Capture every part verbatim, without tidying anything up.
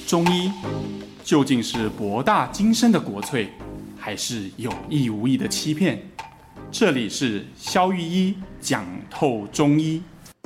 中医究竟是博大精深的国粹，还是有意无意的欺骗？这里是萧御医讲透中医。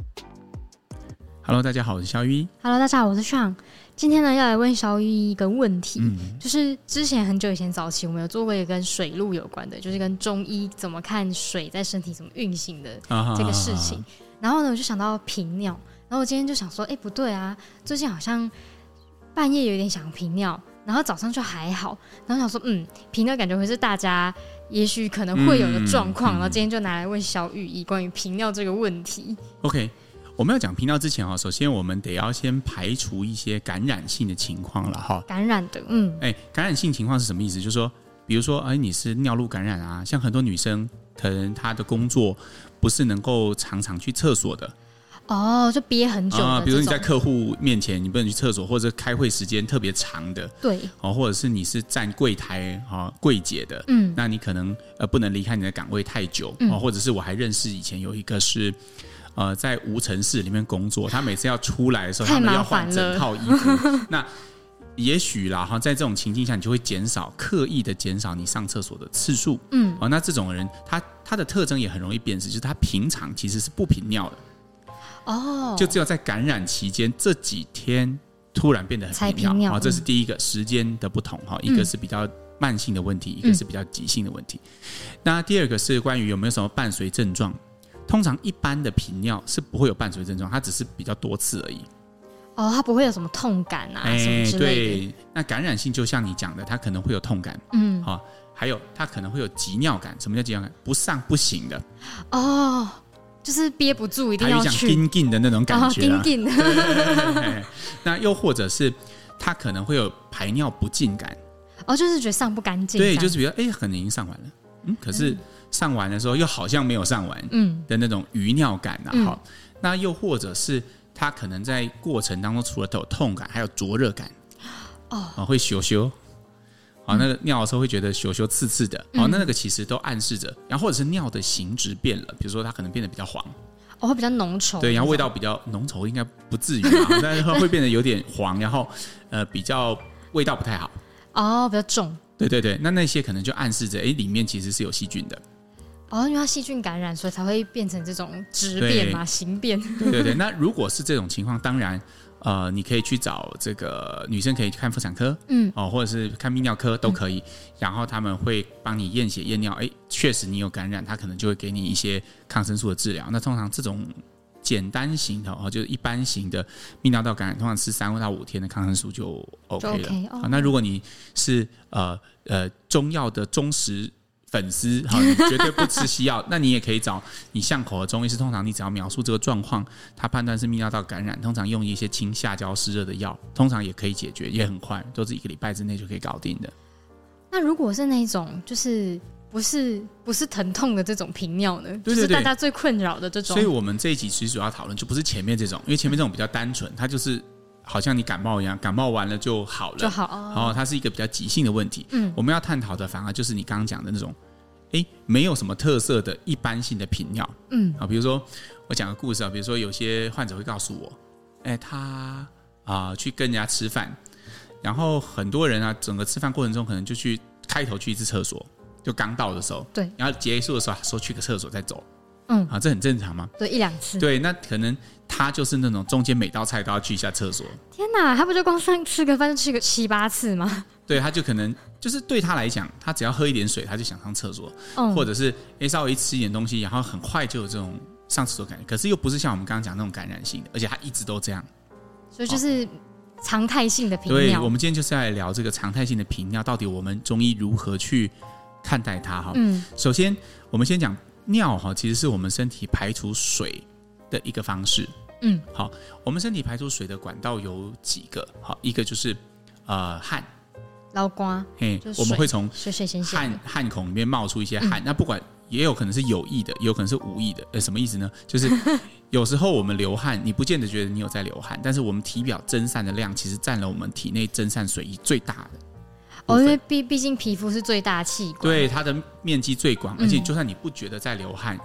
Hello， 大家好，我是萧御医。 Hello， 大家好，我是 Sean。今天呢，要来问萧御医一个问题、嗯，就是之前很久以前早期，我们有做过一个跟水路有关的，就是跟中医怎么看水在身体怎么运行的这个事情。啊、然后呢，我就想到频尿，然后我今天就想说，哎，不对啊，最近好像半夜有点想频尿，然后早上就还好，然后想说，嗯，频尿感觉会是大家也许可能会有的状况、嗯嗯，然后今天就拿来问萧御医关于频尿这个问题。 OK。我们要讲频尿之前，首先我们得要先排除一些感染性的情况了哈。 感染的，嗯，哎， 感染性情况是什么意思？就是说，比如说，哎，你是尿路感染啊，像很多女生可能她的工作不是能够常常去厕所的， 哦，就憋很久的、啊。 比如你在客户面前你不能去厕所，或者开会时间特别长的， 对， 哦，或者是你是站柜台哈柜姐的，嗯，那你可能呃不能离开你的岗位太久，嗯、哦，或者是我还认识以前有一个是。呃，在无尘室里面工作，他每次要出来的时候，他们要换整套衣服。那也许啦，哈，在这种情境下，你就会减少刻意的减少你上厕所的次数。嗯，哦，那这种人，他他的特征也很容易辨识，就是他平常其实是不频尿的。哦，就只有在感染期间这几天突然变得很频尿。啊、哦，这是第一个时间的不同哈，一个是比较慢性的问题，嗯、一个是比较急性的问题。那第二个是关于有没有什么伴随症状。通常一般的频尿是不会有伴随症状，它只是比较多次而已。 哦，它不会有什么痛感啊、欸、什么之类的。 对，那感染性就像你讲的，它可能会有痛感，嗯，好、哦，还有它可能会有急尿感。什么叫急尿感？不上不行的。 哦，就是憋不住，一定要去。 还有讲紧紧的那种感觉、啊， 紧、哦、紧的。 对对对对那又或者是它可能会有排尿不尽感。 哦，就是觉得上不干净。 对，就是比如哎，可能已经上完了，嗯，可是。嗯上完的时候又好像没有上完的那种余尿感啊、嗯、那又或者是他可能在过程当中除了有痛感还有灼热感哦，会咻咻好，那个尿的时候会觉得咻咻刺刺的、嗯、那那个其实都暗示着，然后或者是尿的形质变了，比如说它可能变得比较黄哦，会比较浓稠， 对，然后味道比较浓稠应该不至于啊但是会变得有点黄，然后呃比较味道不太好哦，比较重， 对对对，那那些可能就暗示着哎里面其实是有细菌的哦，因为它细菌感染，所以才会变成这种质变嘛，形变。 对对对，那如果是这种情况，当然，呃，你可以去找这个女生可以看妇产科，嗯，哦，或者是看泌尿科都可以，嗯、然后他们会帮你验血验尿，哎，确实你有感染，他可能就会给你一些抗生素的治疗。那通常这种简单型的哦，就是一般型的泌尿道感染，通常吃三到五天的抗生素就 OK 了。OK 哦、那如果你是呃呃中药的忠实粉丝，你绝对不吃西药那你也可以找你巷口的中医师，通常你只要描述这个状况，他判断是泌尿道感染，通常用一些清下焦湿热的药，通常也可以解决，也很快，都是一个礼拜之内就可以搞定的。 那如果是那种就是不是不是疼痛的这种频尿呢？ 对对对， 就是大家最困扰的这种。 所以我们这一集其实主要讨论就不是前面这种，因为前面这种比较单纯，它就是好像你感冒一样，感冒完了就好了， 就好哦。 然后它是一个比较急性的问题。嗯，我们要探讨的反而就是你刚刚讲的那种，哎，没有什么特色的一般性的频尿。嗯，啊，比如说我讲个故事啊，比如说有些患者会告诉我，哎，他啊、呃、去跟人家吃饭，然后很多人啊，整个吃饭过程中可能就去开头去一次厕所，就刚到的时候， 对， 然后结束的时候说去个厕所再走。嗯，啊，这很正常吗？ 对，一两次。 对，那可能他就是那种中间每道菜都要去一下厕所。 天哪，他不就光上吃个饭就去个七八次吗？ 对，他就可能就是对他来讲，他只要喝一点水，他就想上厕所，嗯、或者是哎稍微吃一点东西，然后很快就有这种上厕所感觉。可是又不是像我们刚刚讲那种感染性的，而且他一直都这样， 所以就是常态性的频尿。 对，我们今天就是要来聊这个常态性的频尿，到底我们中医如何去看待它哈？嗯，首先我们先讲。尿哈，其实是我们身体排除水的一个方式。嗯，好，我们身体排除水的管道有几个？好，一个就是呃汗， 捞瓜， 嘿，我们会从水水咸咸汗汗孔里面冒出一些汗，嗯、那不管也有可能是有意的，也有可能是无意的。呃，什么意思呢？就是有时候我们流汗，你不见得觉得你有在流汗，但是我们体表蒸散的量其实占了我们体内蒸散水液最大的。 哦，因为毕毕竟皮肤是最大器官， 对，它的面积最广，而且就算你不觉得在流汗，嗯、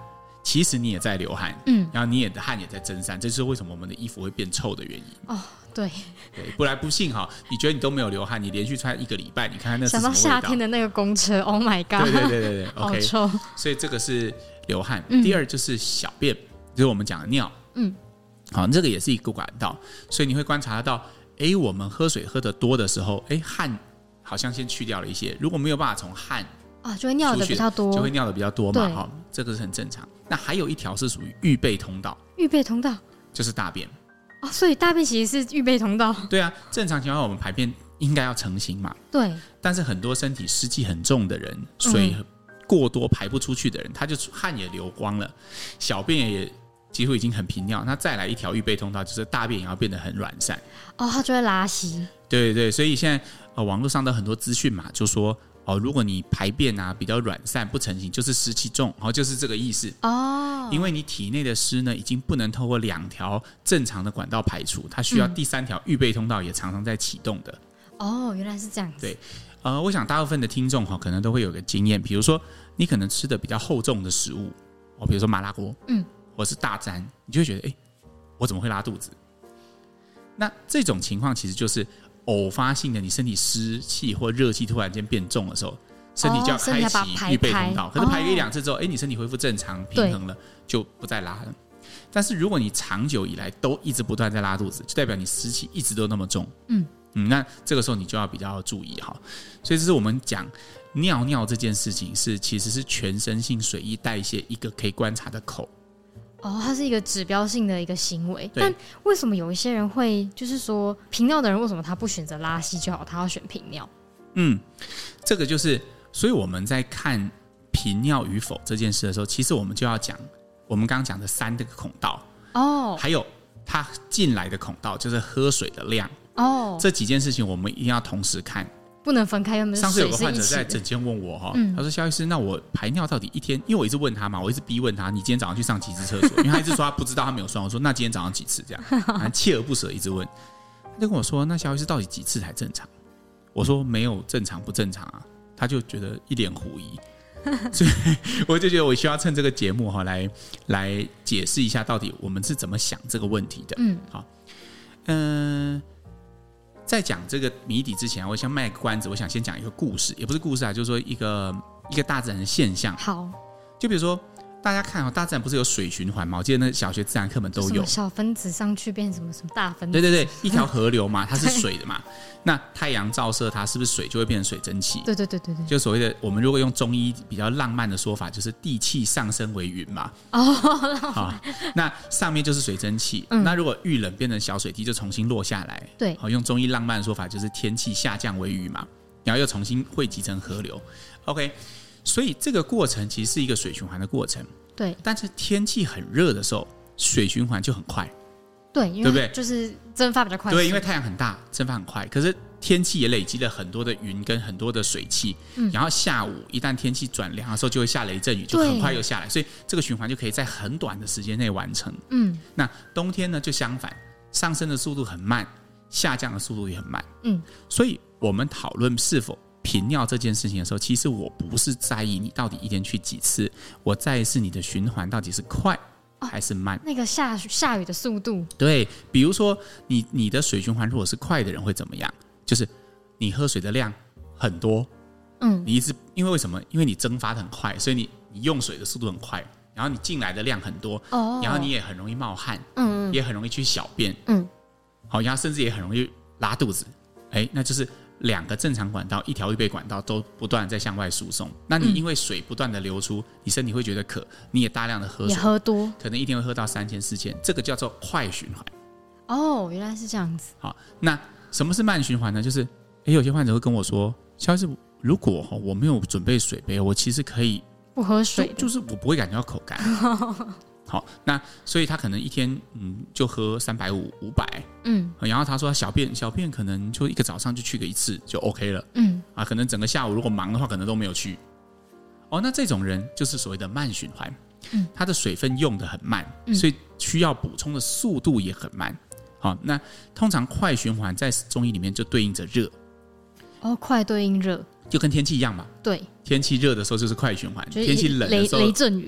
其实你也在流汗，嗯，然后你也的汗也在蒸散，这是为什么我们的衣服会变臭的原因。 哦，对， 对，不然不信哈，你觉得你都没有流汗，你连续穿一个礼拜，你看看那是什么味道？ 想到夏天的那个公车 ，Oh my god！ 对对对对对好臭。 OK， 所以这个是流汗。嗯、第二就是小便，就是我们讲的尿。嗯，好，这个也是一个管道，所以你会观察到，哎，我们喝水喝得多的时候，哎，汗好像先去掉了一些，如果没有办法从汗啊，就会尿的比较多， 就会尿的比较多嘛，哈，这个是很正常。那还有一条是属于预备通道， 预备通道就是大便哦，所以大便其实是预备通道。 对啊，正常情况下我们排便应该要成型嘛， 对。 但是很多身体湿气很重的人，水过多排不出去的人，嗯、他就汗也流光了，小便也几乎已经很频尿，那再来一条预备通道，就是大便也要变得很软散哦，它就会拉稀。 对对，所以现在呃网络上的很多资讯嘛，就说。哦，如果你排便啊比较软散不成型，就是湿气重，哦，就是这个意思哦。因为你体内的湿呢，已经不能透过两条正常的管道排除，它需要第三条预备通道也常常在启动的。 哦，原来是这样子。 对，呃，我想大部分的听众哈，可能都会有个经验，比如说你可能吃的比较厚重的食物，哦，比如说麻辣锅，嗯，或是大餐，你就会觉得，哎，我怎么会拉肚子？那这种情况其实就是。偶发性的，你身体湿气或热气突然间变重的时候，身体就要开启预备通道。哦、可是排个一两次之后，哎、哦，你身体恢复正常平衡了，就不再拉了。但是如果你长久以来都一直不断在拉肚子，就代表你湿气一直都那么重。嗯嗯，那这个时候你就要比较注意哈。所以这是我们讲尿尿这件事情是其实是全身性水液代谢一个可以观察的口。 哦，它是一个指标性的一个行为，但为什么有一些人会就是说频尿的人为什么他不选择拉稀就好，他要选频尿？嗯， 这个就是所以我们在看频尿与否这件事的时候，其实我们就要讲我们刚刚讲的三个孔道哦，还有它进来的孔道就是喝水的量哦，这几件事情我们一定要同时看。 不能分开， 上次有个患者在诊间问我哈，嗯、他说肖医师，那我排尿到底一天？因为我一直问他嘛，我一直逼问他，你今天早上去上几次厕所？因为他一直说他不知道，他没有算。我说那今天早上几次？这样，还锲而不舍一直问。他就跟我说，那肖医师到底几次才正常？我说没有正常不正常啊，他就觉得一脸狐疑。所以我就觉得我需要趁这个节目哈来来解释一下，到底我们是怎么想这个问题的。嗯，好，嗯、呃。在讲这个谜底之前，我想卖个关子，我想先讲一个故事，也不是故事啊，就是说一个一个大自然的现象。 好， 就比如说大家看哦，大自然不是有水循环吗？我记得那小学自然课本都有， 小分子上去变什么什么大分子。 对对对，一条河流嘛，它是水的嘛，那太阳照射它，是不是水就会变成水蒸气？ 对对对对对， 就所谓的我们如果用中医比较浪漫的说法，就是地气上升为云嘛。 哦， 好，那上面就是水蒸气，嗯、那如果遇冷变成小水滴，就重新落下来。 对， 好，用中医浪漫的说法就是天气下降为雨嘛，然后又重新汇集成河流。OK， 所以这个过程其实是一个水循环的过程。 对， 但是天气很热的时候，水循环就很快。 对，因为对不对？就是蒸发比较快。 对，因为太阳很大，蒸发很快。可是天气也累积了很多的云跟很多的水汽，嗯、然后下午一旦天气转凉的时候，就会下雷阵雨，就很快又下来，所以这个循环就可以在很短的时间内完成。嗯，那冬天呢就相反，上升的速度很慢，下降的速度也很慢。嗯，所以我们讨论是否频尿这件事情的时候，其实我不是在意你到底一天去几次，我在意是你的循环到底是快还是慢。哦、 那个下下雨的速度。 对，比如说你你的水循环如果是快的人会怎么样？就是你喝水的量很多，嗯，你一直因为为什么？因为你蒸发的很快，所以你你用水的速度很快，然后你进来的量很多，哦，然后你也很容易冒汗，嗯，也很容易去小便，嗯，好，然后甚至也很容易拉肚子，哎，那就是两个正常管道，一条预备管道都不断在向外输送。那你因为水不断的流出，你身体会觉得渴，你也大量的喝水， 也喝多， 可能一天会喝到三千四千，这个叫做快循环。 哦，原来是这样子。 好，那什么是慢循环呢？就是，哎，有些患者会跟我说，肖医师，如果我没有准备水杯，我其实可以不喝水， 就，就是我不会感觉到口干。好，那所以他可能一天嗯就喝三百五五百，嗯，然后他说小便小便可能就一个早上就去个一次就 OK 了，嗯，啊，可能整个下午如果忙的话，可能都没有去。哦，那这种人就是所谓的慢循环，嗯，他的水分用得很慢，嗯，所以需要补充的速度也很慢。好，那通常快循环在中医里面就对应着热。 哦，快对应热， 就跟天气一样嘛。 对， 天气热的时候就是快循环，天气冷的时候雷阵雨。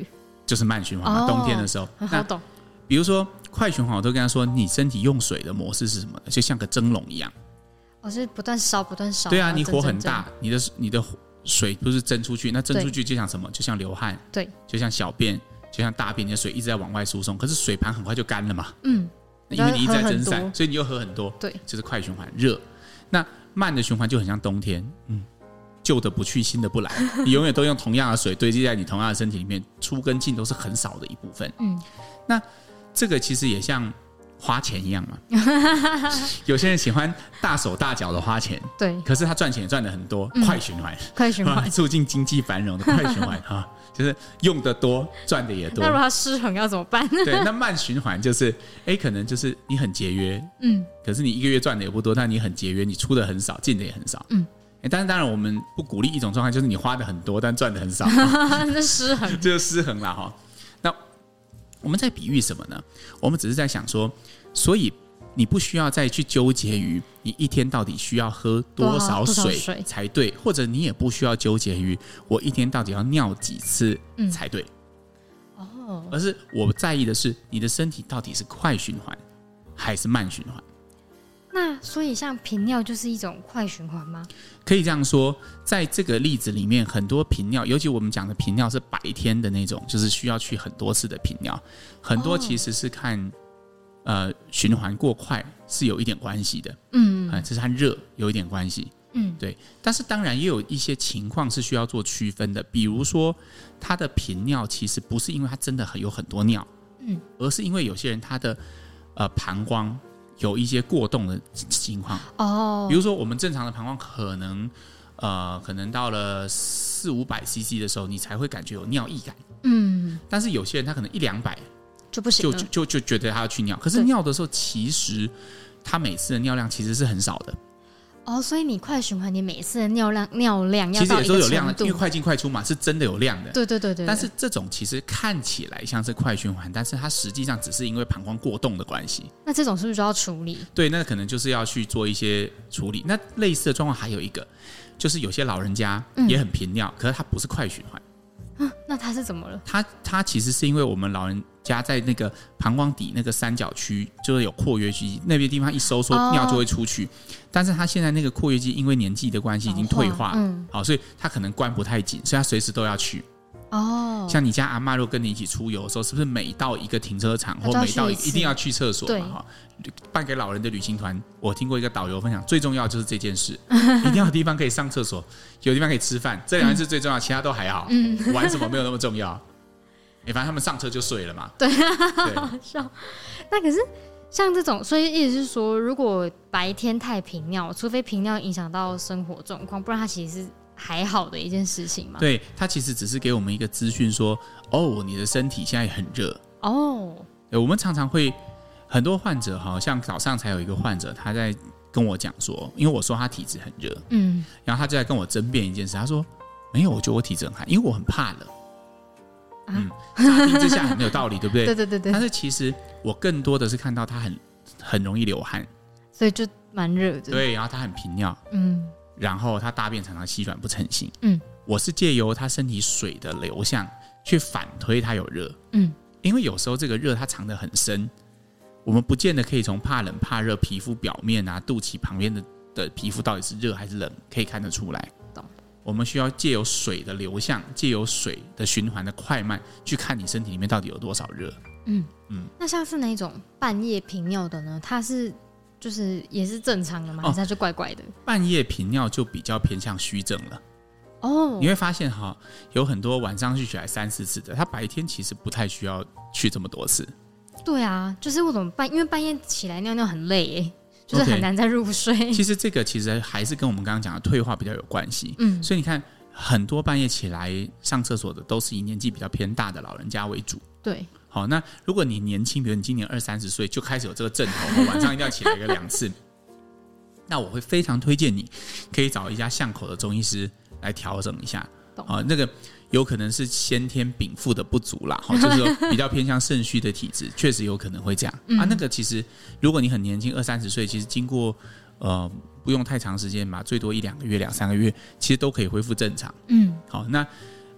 就是慢循环嘛，哦、冬天的时候。 好懂。 比如说快循环，我都跟他说，你身体用水的模式是什么？就像个蒸笼一样。 哦，是不断烧，不断烧。 对啊，你火很大，你的你的水不是蒸出去，那蒸出去就像什么？就像流汗， 对， 就像小便，就像大便，你的水一直在往外输送，可是水盘很快就干了嘛。 嗯， 因为你一直在蒸散，所以你又喝很多。 对， 就是快循环热。那慢的循环就很像冬天，嗯，旧的不去，新的不来，你永远都用同样的水堆积在你同样的身体里面，出跟进都是很少的一部分。嗯，那这个其实也像花钱一样嘛，有些人喜欢大手大脚的花钱， 对， 可是他赚钱也赚的很多，嗯、快循环， 快循环， 促进经济繁荣的快循环哈，就是用的多，赚的也多。 那如果他失衡要怎么办？ 对，那慢循环就是，哎，可能就是你很节约，嗯，可是你一个月赚的也不多，但你很节约，你出的很少，进的也很少，嗯。但是当然，我们不鼓励一种状态，就是你花的很多，但赚的很少， 这失衡， 这就失衡了哈。那我们在比喻什么呢？我们只是在想说，所以你不需要再去纠结于你一天到底需要喝多少水才对，或者你也不需要纠结于我一天到底要尿几次才对。嗯、哦，而是我在意的是你的身体到底是快循环还是慢循环。 那所以像频尿就是一种快循环吗？ 可以这样说，在这个例子里面，很多频尿，尤其我们讲的频尿是白天的那种，就是需要去很多次的频尿，很多其实是看、哦、呃循环过快是有一点关系的，嗯、呃，这是和热有一点关系，嗯，对。但是当然也有一些情况是需要做区分的，比如说他的频尿其实不是因为他真的有很多尿，嗯，而是因为有些人他的呃膀胱有一些过动的情况哦，比如说我们正常的膀胱可能，呃，可能到了四五百 C C 的时候，你才会感觉有尿意感，嗯，但是有些人他可能一两百就不行了， 就就就觉得他要去尿，可是尿的时候，其实他每次的尿量其实是很少的。 哦，所以你快循环，你每次的尿量尿量要到一个程度，其实也都有量的，因为快进快出嘛，是真的有量的。 对对 对, 对, 对。 但是这种其实看起来像是快循环，但是它实际上只是因为膀胱过动的关系。 那这种是不是就要处理？ 对，那可能就是要去做一些处理。那类似的状况还有一个，就是有些老人家也很频尿，嗯、可是他不是快循环。 嗯、那他是怎么了？ 他他其实是因为我们老人家在那个膀胱底那个三角区，就是有括约肌，那边地方一收缩，尿就会出去。哦、但是他现在那个括约肌因为年纪的关系已经退化，嗯，好，所以他可能关不太紧，所以他随时都要去。哦，像你家阿嬷如果跟你一起出游的时候，是不是每到一个停车场或每到一个一定要去厕所嘛？哈，办给老人的旅行团，我听过一个导游分享，最重要就是这件事，一定要有地方可以上厕所，有地方可以吃饭，这两件事最重要，其他都还好。嗯，玩什么没有那么重要。欸、反正他们上车就睡了嘛。 对啊，对，好笑。那可是像这种，所以意思是说，如果白天太频尿，除非频尿影响到生活状况，不然它其实是还好的一件事情嘛。 对，它其实只是给我们一个资讯说，哦，你的身体现在很热。哦，我们常常会很多患者，好像早上才有一个患者，他在跟我讲说，因为我说他体质很热，嗯，然后他就在跟我争辩一件事，他说没有，我觉得我体质很寒，因为我很怕冷。嗯，乍听之下很有道理，对不对？ 对对对对。 但是其实我更多的是看到他很很容易流汗， 所以就蛮热的。 对，然后他很频尿，嗯，然后他大便常常稀软不成形，嗯，我是借由他身体水的流向去反推他有热，嗯，因为有时候这个热它藏得很深，我们不见得可以从怕冷怕热皮肤表面啊、肚脐旁边的的皮肤到底是热还是冷可以看得出来。我们需要借由水的流向，借由水的循环的快慢，去看你身体里面到底有多少热。 嗯嗯。那像是那种半夜频尿的呢？它是就是也是正常的吗？还是它就怪怪的？ 哦、半夜频尿就比较偏向虚症了。哦。你会发现哈，有很多晚上去起来三四次的，他白天其实不太需要去这么多次。 对啊，就是为什么半因为半夜起来尿尿很累耶。就是很难再入睡。 Okay, 其实这个其实还是跟我们刚刚讲的退化比较有关系。嗯，所以你看，很多半夜起来上厕所的都是以年纪比较偏大的老人家为主。 对， 好，那如果你年轻，比如你今年二三十岁就开始有这个症头，晚上一定要起来个两次，那我会非常推荐你可以找一家巷口的中医师来调整一下。啊，那个有可能是先天禀赋的不足啦，就是说比较偏向肾虚的体质，确实有可能会这样、嗯、啊。那个其实如果你很年轻，二三十岁，其实经过呃不用太长时间嘛，最多一两个月、两三个月，其实都可以恢复正常。嗯，好，那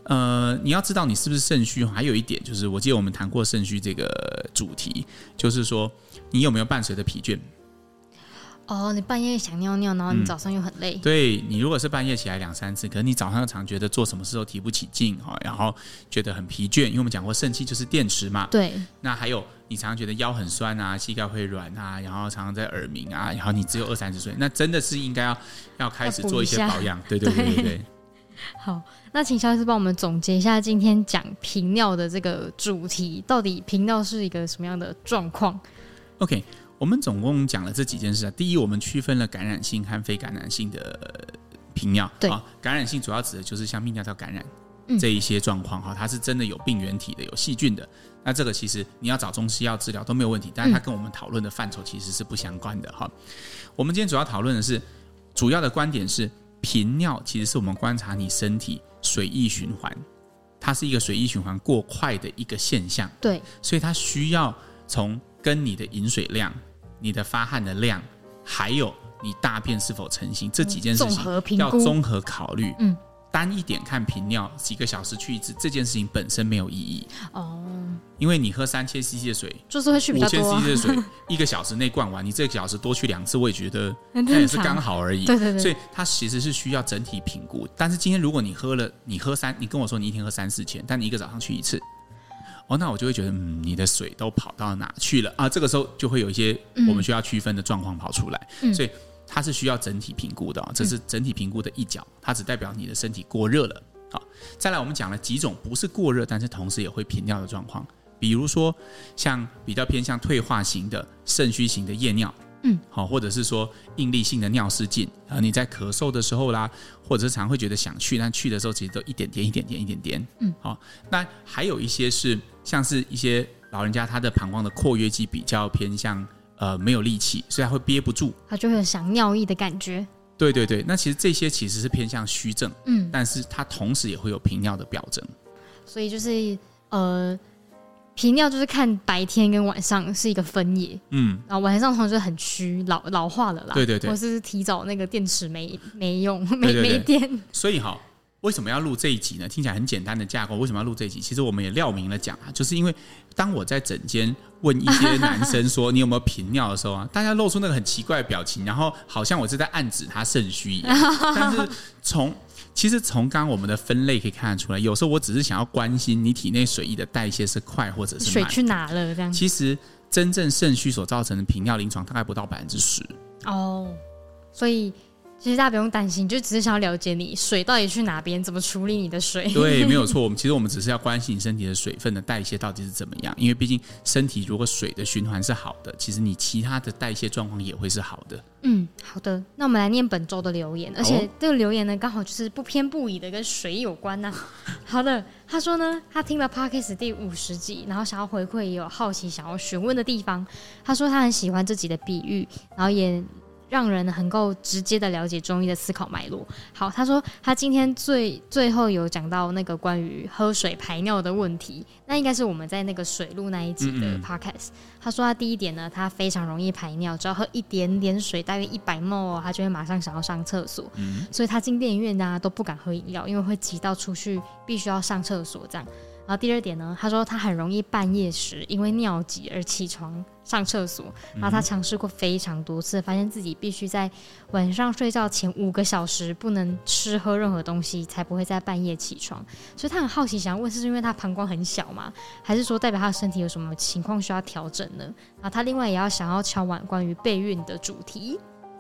呃，你要知道你是不是肾虚，还有一点就是，我记得我们谈过肾虚这个主题，就是说你有没有伴随着疲倦。 哦，你半夜想尿尿，然后你早上又很累。 嗯、对，你如果是半夜起来两三次，可是你早上常觉得做什么事都提不起劲，然后觉得很疲倦，因为我们讲过肾气就是电池嘛。 对。 那还有你常常觉得腰很酸啊，膝盖会软啊，然后常常在耳鸣啊，然后你只有二三十岁，那真的是应该要要开始做一些保养。对对对对对。 好，那请肖医师帮我们总结一下今天讲频尿的这个主题，到底频尿是一个什么样的状况 ？OK。我们总共讲了这几件事啊。第一，我们区分了感染性和非感染性的频尿。 对、 啊，感染性主要指的就是像泌尿道感染、嗯、这一些状况哈，它是真的有病原体的、有细菌的。那这个其实你要找中西药治疗都没有问题，但是它跟我们讨论的范畴其实是不相关的哈、嗯。我们今天主要讨论的是，主要的观点是频尿其实是我们观察你身体水液循环，它是一个水液循环过快的一个现象。 对， 所以它需要从跟你的饮水量、你的发汗的量，还有你大便是否成型这几件事情要综合考虑。嗯，单一点看频尿几个小时去一次这件事情本身没有意义哦，因为你喝三千 C C 的水， 就是会去比较多、啊、 五千 C C 的水一个小时内灌完，你这个小时多去两次，我也觉得那也是刚好而已。 对对对， 所以它其实是需要整体评估。但是今天如果你喝了，你喝三，你跟我说你一天喝三四千，但你一个早上去一次。哦，那我就会觉得，嗯，你的水都跑到哪去了啊？这个时候就会有一些我们需要区分的状况跑出来，嗯、所以它是需要整体评估的、哦，这是整体评估的一角，它只代表你的身体过热了。好，再来我们讲了几种不是过热，但是同时也会频尿的状况，比如说像比较偏向退化型的肾虚型的夜尿。嗯，好，或者是说应力性的尿失禁啊，你在咳嗽的时候啦，或者是常会觉得想去，但去的时候其实都一点点、一点点、一点点。嗯，好，那还有一些是像是一些老人家他的膀胱的括约肌比较偏向呃没有力气，所以他会憋不住， 他就会有想尿意的感觉。 对对对，那其实这些其实是偏向虚症，嗯，但是它同时也会有频尿的表征。 所以就是呃。频尿就是看白天跟晚上是一个分野，嗯，然后晚上通常就是很虚，老老化了啦， 对对对， 或是提早那个电池没没用，没没电。 所以哈，为什么要录这一集呢？听起来很简单的架构，为什么要录这一集？其实我们也料明了讲啊，就是因为当我在诊间问一些男生说你有没有频尿的时候啊，大家露出那个很奇怪的表情，然后好像我是在暗指他肾虚一样，但是从其实从刚刚我们的分类可以看得出来，有时候我只是想要关心你体内水液的代谢是快或者是慢， 水去哪了这样。 其实真正肾虚所造成的频尿临床大概不到百分之十哦，所以其实大家不用担心，就只是想要了解你水到底去哪边，怎么处理你的水。 对，没有错。我们其实我们只是要关心你身体的水分的代谢到底是怎么样，因为毕竟身体如果水的循环是好的，其实你其他的代谢状况也会是好的。 嗯，好的。那我们来念本周的留言，而且这个留言呢，刚好就是不偏不倚的跟水有关呐、啊。好的，他说呢，他听了 Podcast 第五十集，然后想要回馈，也有好奇想要询问的地方。他说他很喜欢这集的比喻，然后也让人能够直接的了解中医的思考脉络。好，他说他今天最最后有讲到那个关于喝水排尿的问题，那应该是我们在那个水路那一集的 podcast。嗯嗯，他说他第一点呢，他非常容易排尿，只要喝一点点水，大约一百 ml， 他就会马上想要上厕所，嗯，所以他进电影院啊都不敢喝饮料，因为会急到出去必须要上厕所这样。然后第二点呢，他说他很容易半夜时因为尿急而起床上厕所，然后他尝试过非常多次，发现自己必须在晚上睡觉前五个小时不能吃喝任何东西，才不会在半夜起床。所以他很好奇，想要问是因为他膀胱很小吗？还是说代表他的身体有什么情况需要调整呢？然后他另外也要想要敲碗关于备孕的主题。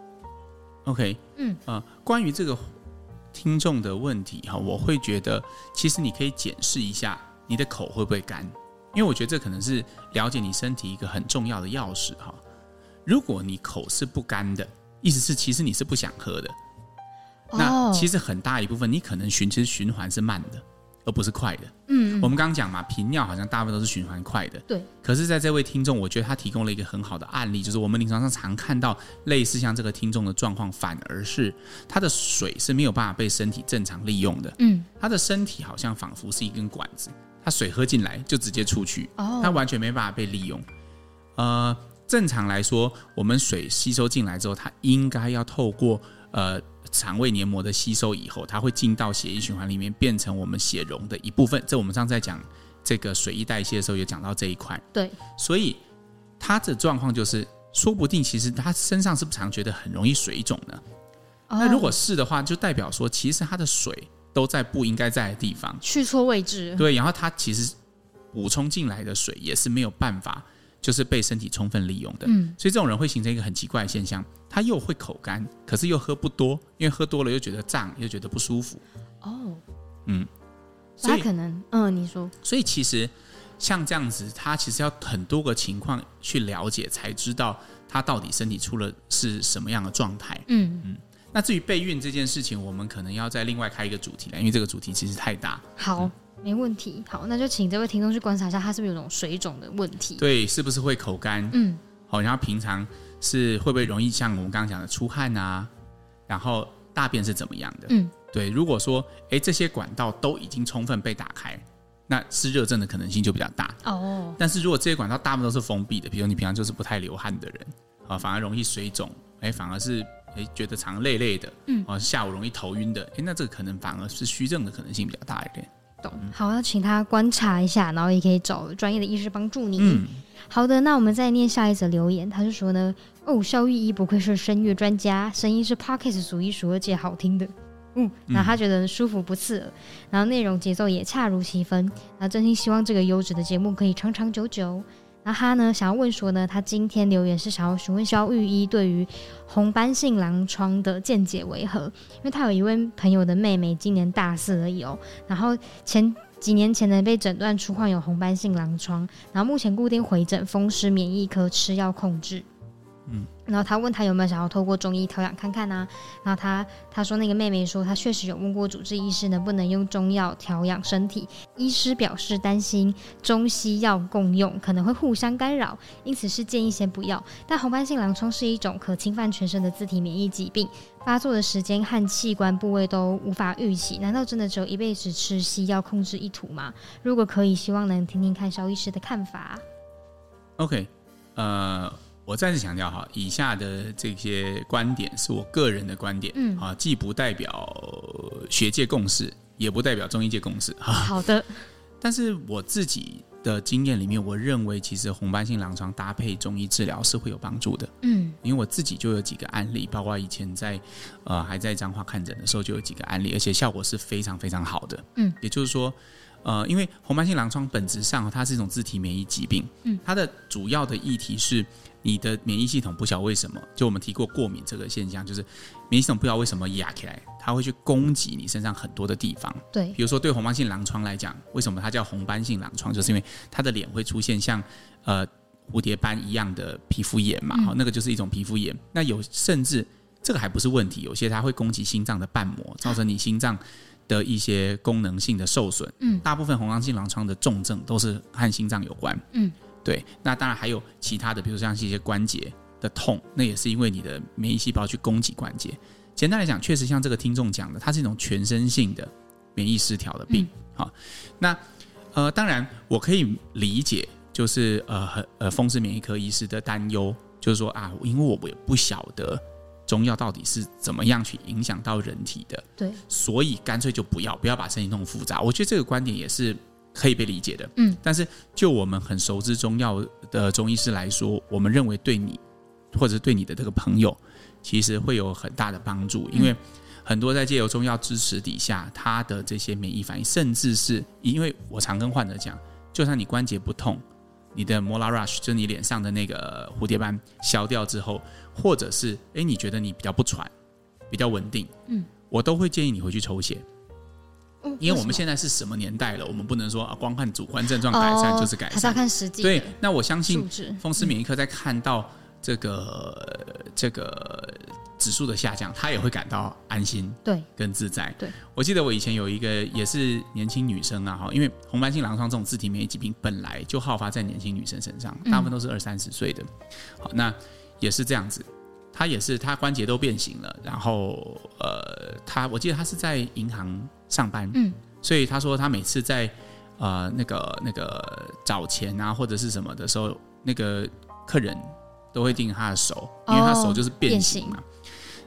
OK， 嗯，呃，关于这个听众的问题哈，我会觉得其实你可以检视一下你的口会不会干，因为我觉得这可能是了解你身体一个很重要的钥匙哈。如果你口是不干的，意思是其实你是不想喝的，哦，那其实很大一部分你可能循其实循环是慢的，而不是快的。嗯，我们刚刚讲嘛，频尿好像大部分都是循环快的。 对。 可是在这位听众，我觉得他提供了一个很好的案例，就是我们临床上常看到类似像这个听众的状况，反而是他的水是没有办法被身体正常利用的。嗯，他的身体好像仿佛是一根管子，他水喝进来就直接出去，他完全没办法被利用。呃，正常来说，我们水吸收进来之后，它应该要透过呃肠胃黏膜的吸收以后，它会进到血液循环里面，变成我们血溶的一部分。这我们上次在讲这个水液代谢的时候也讲到这一块。 对， 所以他的状况就是，说不定其实他身上是不是常觉得很容易水肿呢？哦、那如果是的话，就代表说，其实他的水都在不应该在的地方， 去错位置。 对，然后他其实补充进来的水也是没有办法，就是被身体充分利用的。嗯，所以这种人会形成一个很奇怪的现象，他又会口干，可是又喝不多，因为喝多了又觉得胀，又觉得不舒服。 哦， 嗯， 所以他可能，嗯，你说， 所以其实像这样子，他其实要很多个情况去了解，才知道他到底身体出了是什么样的状态。嗯嗯。那至于备孕这件事情，我们可能要再另外开一个主题了，因为这个主题其实太大。 好。嗯，没问题。好，那就请这位听众去观察一下，他是不是有种水肿的问题？ 对，是不是会口干？嗯，好，然后平常是会不会容易像我们刚刚讲的出汗啊？然后大便是怎么样的？嗯，对。如果说，哎，这些管道都已经充分被打开，那是热症的可能性就比较大。哦。但是如果这些管道大部分都是封闭的，比如你平常就是不太流汗的人，啊，反而容易水肿，哎，反而是哎觉得常累累的，嗯，啊，下午容易头晕的，哎，那这个可能反而是虚症的可能性比较大一点。 好，要请他观察一下，然后也可以找专业的医师帮助你。嗯，好的，那我们再念下一则留言，他是说呢，哦，肖玉一不愧是声乐专家，声音是 Podcast 数一数二界好听的。嗯，然后他觉得舒服不刺耳，然后内容节奏也恰如其分，然后真心希望这个优质的节目可以长长久久。然后他呢想要问说呢，他今天留言是想要询问肖玉一对于红斑性狼疮的见解为何，因为他有一位朋友的妹妹今年大四而已哦，然后前几年前呢被诊断出患有红斑性狼疮，然后目前固定回诊风湿免疫科吃药控制。嗯，然后他问他有没有想要透过中医调养看看啊，然后他他说那个妹妹说她确实有问过主治医师能不能用中药调养身体，医师表示担心中西药共用可能会互相干扰，因此是建议先不要。但红斑性狼疮是一种可侵犯全身的自体免疫疾病，发作的时间和器官部位都无法预期，难道真的只有一辈子吃西药控制一途吗？如果可以，希望能听听看肖医师的看法。 OK， 呃我再次强调哈，以下的这些观点是我个人的观点，嗯，啊，既不代表学界共识，也不代表中医界共识。 好的， 但是我自己的经验里面，我认为其实红斑性狼疮搭配中医治疗是会有帮助的，嗯，因为我自己就有几个案例，包括以前在呃还在彰化看诊的时候就有几个案例，而且效果是非常非常好的，嗯，也就是说。呃，因为红斑性狼疮本质上它是一种自体免疫疾病，嗯，它的主要的议题是你的免疫系统不晓得为什么，就我们提过过敏这个现象，就是免疫系统不晓得为什么压起来，它会去攻击你身上很多的地方， 对， 比如说对红斑性狼疮来讲，为什么它叫红斑性狼疮，就是因为它的脸会出现像呃蝴蝶斑一样的皮肤炎嘛，好、嗯，那个就是一种皮肤炎，那有甚至这个还不是问题，有些它会攻击心脏的瓣膜，造成你心脏的一些功能性的受损，嗯，大部分红斑性狼疮的重症都是和心脏有关，嗯，对，那当然还有其他的，比如像是一些关节的痛，那也是因为你的免疫细胞去攻击关节。简单来讲，确实像这个听众讲的，它是一种全身性的免疫失调的病。好、嗯，那呃，当然我可以理解，就是呃呃，风湿免疫科医师的担忧，就是说啊，因为我也不晓得。中药到底是怎么样去影响到人体的？对，所以干脆就不要不要把身体弄复杂。我觉得这个观点也是可以被理解的。嗯，但是就我们很熟知中药的中医师来说，我们认为对你或者对你的这个朋友，其实会有很大的帮助，因为很多在借由中药支持底下，他的这些免疫反应，甚至是因为我常跟患者讲，就算你关节不痛。你的 molar rush 就是你脸上的那个蝴蝶斑消掉之后，或者是哎你觉得你比较不喘，比较稳定，嗯，我都会建议你回去抽血，嗯，因为我们现在是什么年代了，我们不能说、啊、光看主观症状改善就是改善， 还是要看实际。 对，那我相信风湿免疫科在看到这个、嗯、这个指数的下降，他也会感到安心，对，跟自在。对，我记得我以前有一个也是年轻女生啊，因为红斑性狼疮这种自体免疫疾病本来就好发在年轻女生身上，大部分都是二三十岁的。好，那也是这样子，她也是她关节都变形了，然后呃，她我记得她是在银行上班，嗯，所以她说她每次在呃那个那个找钱啊或者是什么的时候，那个客人都会盯她的手，因为她手就是变形嘛。哦，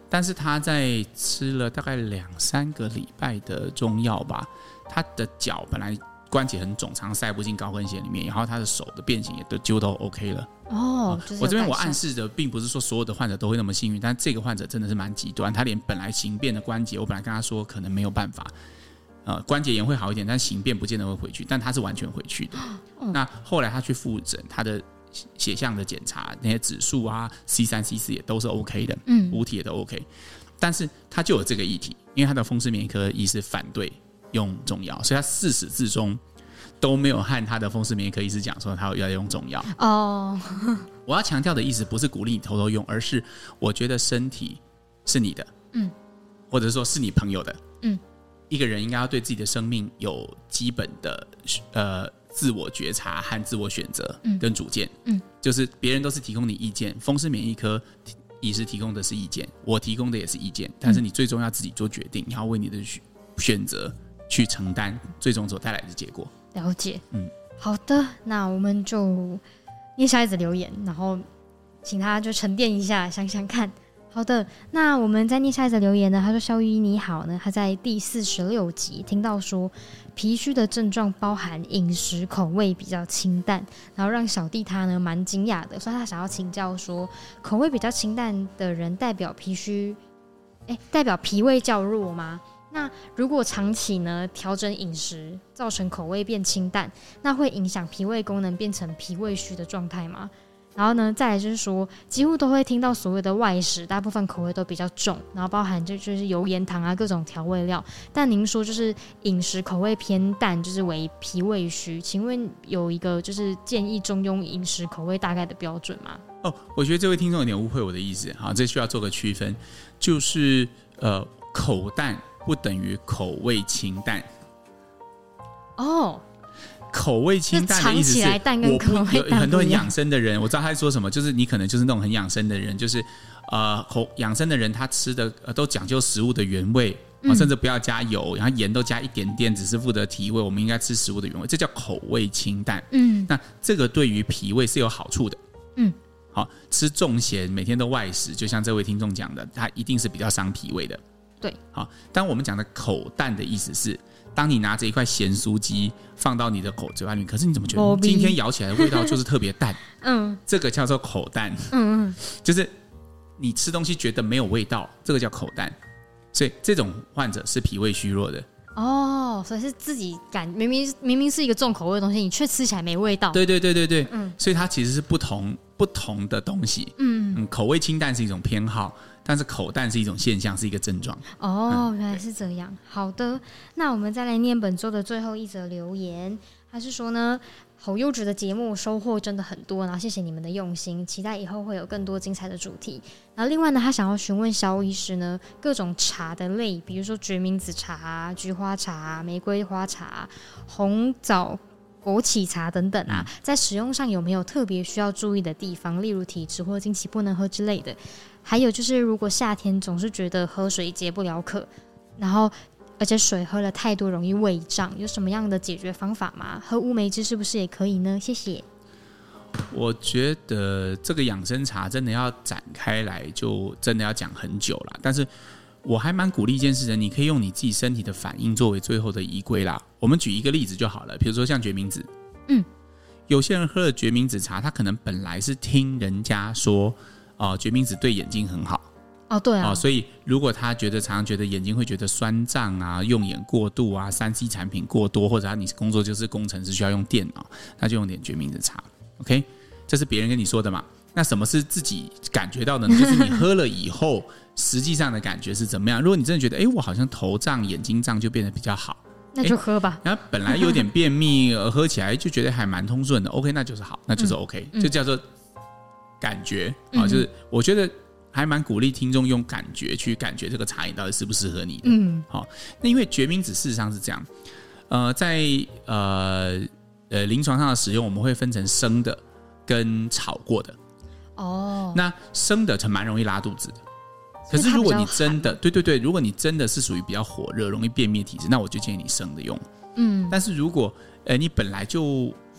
但是他在吃了大概两三个礼拜的中药吧，他的脚本来关节很肿，常常塞不进高跟鞋里面，然后他的手的变形也都就都 OK 了。 哦，就是、 我这边我暗示的并不是说所有的患者都会那么幸运，但这个患者真的是蛮极端，他连本来形变的关节，我本来跟他说可能没有办法，呃，关节炎会好一点，但形变不见得会回去，但他是完全回去的。哦、那后来他去复诊，他的血象的检查那些指数啊 C 三 C 四 也都是 OK 的，嗯，五体也都 OK， 但是他就有这个议题，因为他的风湿免疫科医师反对用中药，所以他自始至终都没有和他的风湿免疫科医师讲说他要用中药。哦，我要强调的意思不是鼓励你偷偷用，而是我觉得身体是你的，嗯，或者说是你朋友的，嗯，一个人应该要对自己的生命有基本的呃自我觉察和自我选择跟主见，嗯，就是别人都是提供你意见，风湿免疫科医师提供的是意见，我提供的也是意见，但是你最终要自己做决定，你要为你的选择去承担最终所带来的结果。 了解，嗯，好的，那我们就念下一则留言，然后请他就沉淀一下，想想看。好的，那我们再念下一则留言呢，他说肖玉你好呢，他在第四十六集听到说脾虚的症状包含饮食口味比较清淡，然后让小弟他呢蛮惊讶的，所以他想要请教说口味比较清淡的人代表脾虚，哎，代表脾胃较弱吗？那如果长期呢调整饮食造成口味变清淡，那会影响脾胃功能变成脾胃虚的状态吗？然后呢再来就是说几乎都会听到所谓的外食大部分口味都比较重，然后包含就就是油盐糖啊各种调味料，但您说就是饮食口味偏淡就是为脾胃虚，请问有一个就是建议中庸饮食口味大概的标准吗？ 哦，我觉得这位听众有点误会我的意思，好，这需要做个区分，就是呃口淡不等于口味清淡。哦，口味清淡的意思是，我不有很多很养生的人，我知道他在说什么，就是你可能就是那种很养生的人，就是呃口养生的人，他吃的、呃、都讲究食物的原味、嗯，甚至不要加油，然后盐都加一点点，只是负责提味。我们应该吃食物的原味，这叫口味清淡。嗯，那这个对于脾胃是有好处的。嗯。好，吃重咸，每天都外食，就像这位听众讲的，它一定是比较伤脾胃的。 对， 好，当我们讲的口淡的意思是，当你拿着一块咸酥鸡放到你的口嘴巴里面，可是你怎么觉得今天咬起来的味道就是特别淡？嗯，这个叫做口淡。嗯嗯，就是你吃东西觉得没有味道，这个叫口淡。所以这种患者是脾胃虚弱的。 哦，所以是自己感明明明明是一个重口味的东西，你却吃起来没味道。 对对对对对，嗯，所以它其实是不同不同的东西。嗯嗯，口味清淡是一种偏好，但是口淡是一种现象，是一个症状。 哦、嗯，原来是这样。好的，那我们再来念本周的最后一则留言，他是说呢，好优质的节目，收获真的很多，然后谢谢你们的用心，期待以后会有更多精彩的主题。然后另外呢，他想要询问肖医师呢，各种茶的类，比如说决明子茶、菊花茶、玫瑰花茶、红枣枸杞茶等等啊，在使用上有没有特别需要注意的地方，例如体质或经期不能喝之类的？还有就是，如果夏天总是觉得喝水解不了渴，然后而且水喝了太多容易胃胀，有什么样的解决方法吗？喝乌梅汁是不是也可以呢？谢谢。 我觉得这个养生茶真的要展开来，就真的要讲很久了。但是我还蛮鼓励一件事的，你可以用你自己身体的反应作为最后的依归啦。我们举一个例子就好了，比如说像决明子，嗯，有些人喝了决明子茶，他可能本来是听人家说，哦、呃，决明子对眼睛很好。 哦，对啊、 哦，所以如果他觉得常常觉得眼睛会觉得酸胀啊，用眼过度啊，三 C 产品过多，或者他你工作就是工程师需要用电脑，他就用点决明子茶。OK， 这是别人跟你说的嘛？那什么是自己感觉到的呢？就是你喝了以后，实际上的感觉是怎么样？如果你真的觉得，哎，我好像头胀、眼睛胀，就变得比较好， 那就喝吧。 然后本来有点便秘，喝起来就觉得还蛮通顺的。OK， 那就是好，那就是 OK，、嗯、就叫做感觉啊、嗯，就是我觉得。还蛮鼓励听众用感觉去感觉这个茶饮到底适不适合你的。嗯，好，那因为决明子事实上是这样，呃，在呃呃临床上的使用，我们会分成生的跟炒过的。哦，那生的蛮容易拉肚子的。可是如果你真的，对对对，如果你真的是属于比较火热、容易便秘体质，那我就建议你生的用。嗯，但是如果呃你本来就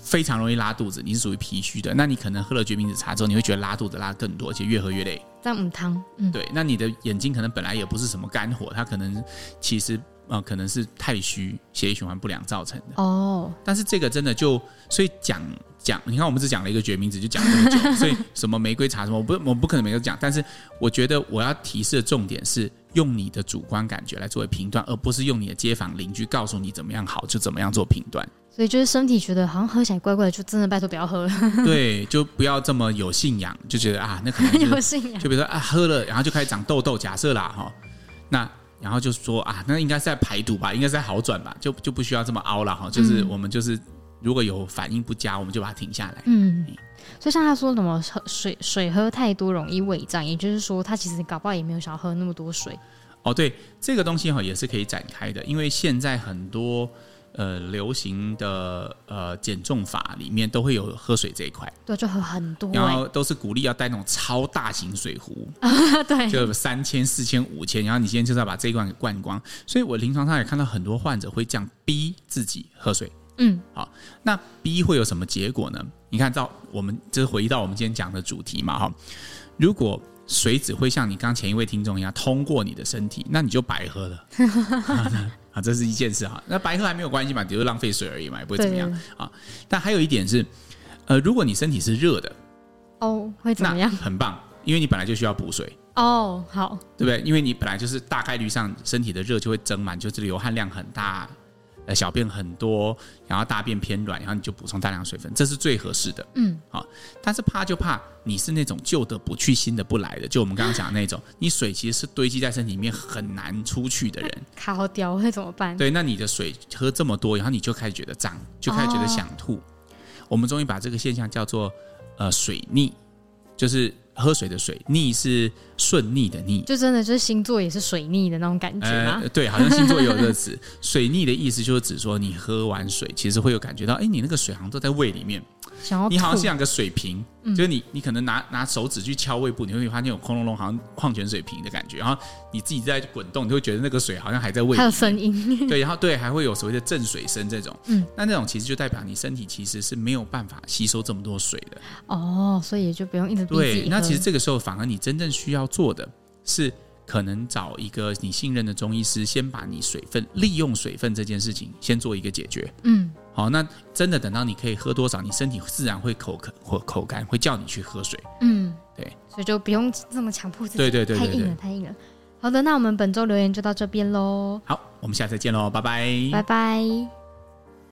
非常容易拉肚子，你是属于脾虚的，那你可能喝了决明子茶之后，你会觉得拉肚子拉更多，而且越喝越累。 这样母汤，嗯， 对，那你的眼睛可能本来也不是什么肝火，它可能其实呃可能是太虚、血液循环不良造成的。哦，但是这个真的就所以讲讲，你看我们只讲了一个决明子就讲这么久，所以什么玫瑰茶什么，我不我不可能每个都讲，但是我觉得我要提示的重点是用你的主观感觉来作为评断，而不是用你的街坊邻居告诉你怎么样好就怎么样做评断。 所以就是身体觉得好像喝起来怪怪的，就真的拜托不要喝了。 对，就不要这么有信仰，就觉得啊，那可能、就是、 有信仰， 就比如说啊，喝了然后就开始长痘痘，假设啦哈，那然后就说啊，那应该是在排毒吧，应该是在好转吧，就就不需要这么凹了哈。就是我们就是、嗯、如果有反应不佳，我们就把它停下来。嗯， 所以像他说什么水水喝太多容易胃胀，也就是说他其实搞不好也没有想要喝那么多水。 哦，对，这个东西哈也是可以展开的，因为现在很多。呃，流行的呃减重法里面都会有喝水这一块， 对，就喝很多、欸， 然后都是鼓励要带那种超大型水壶， 对， 就三千、四千、五千，然后你今天就是要把这一罐给灌光。所以我临床上也看到很多患者会这样逼自己喝水。嗯，好，那逼会有什么结果呢？你看到我们就是回到我们今天讲的主题嘛，哈，如果水只会像你刚前一位听众一样通过你的身体，那你就白喝了。啊，这是一件事哈。那白喝还没有关系嘛，只是浪费水而已嘛，也不会怎么样啊。但还有一点是，呃，如果你身体是热的， 哦，会怎么样？ 很棒，因为你本来就需要补水。 哦，好， 对不对？因为你本来就是大概率上身体的热就会增满，就是流汗量很大，呃，小便很多，然后大便偏软，然后你就补充大量水分，这是最合适的。嗯，好。但是怕就怕你是那种旧的不去新的不来的，就我们刚刚讲的那种，你水其实是堆积在身体里面很难出去的人， 卡好掉会怎么办？ 对，那你的水喝这么多，然后你就开始觉得胀，就开始觉得想吐。哦、我们终于把这个现象叫做呃水逆，就是喝水的水，逆是顺逆的逆， 就真的就是星座也是水逆的那种感觉吗？ 呃、对，好像星座也有这个词。水逆的意思就是指说，你喝完水，其实会有感觉到，哎，你那个水好像都在胃里面， 想要吐， 你好像像个水瓶，嗯、就是你你可能拿拿手指去敲胃部，你会发现有空隆隆，好像矿泉水瓶的感觉，然后你自己在滚动，你就会觉得那个水好像还在胃里面， 还有声音， 对，然后对，还会有所谓的正水声这种，嗯，那那种其实就代表你身体其实是没有办法吸收这么多水的。 哦，所以也就不用一直逼自己喝。 对，那其实这个时候反而你真正需要做的是可能找一个你信任的中医师，先把你水分利用水分这件事情先做一个解决。嗯，好，那真的等到你可以喝多少，你身体自然会口渴或口干，会叫你去喝水。嗯，对， 所以就不用这么强迫自己。 对对对对对， 太硬了，太硬了。好的，那我们本周留言就到这边喽。 好，我们下次见喽，拜拜， 拜拜。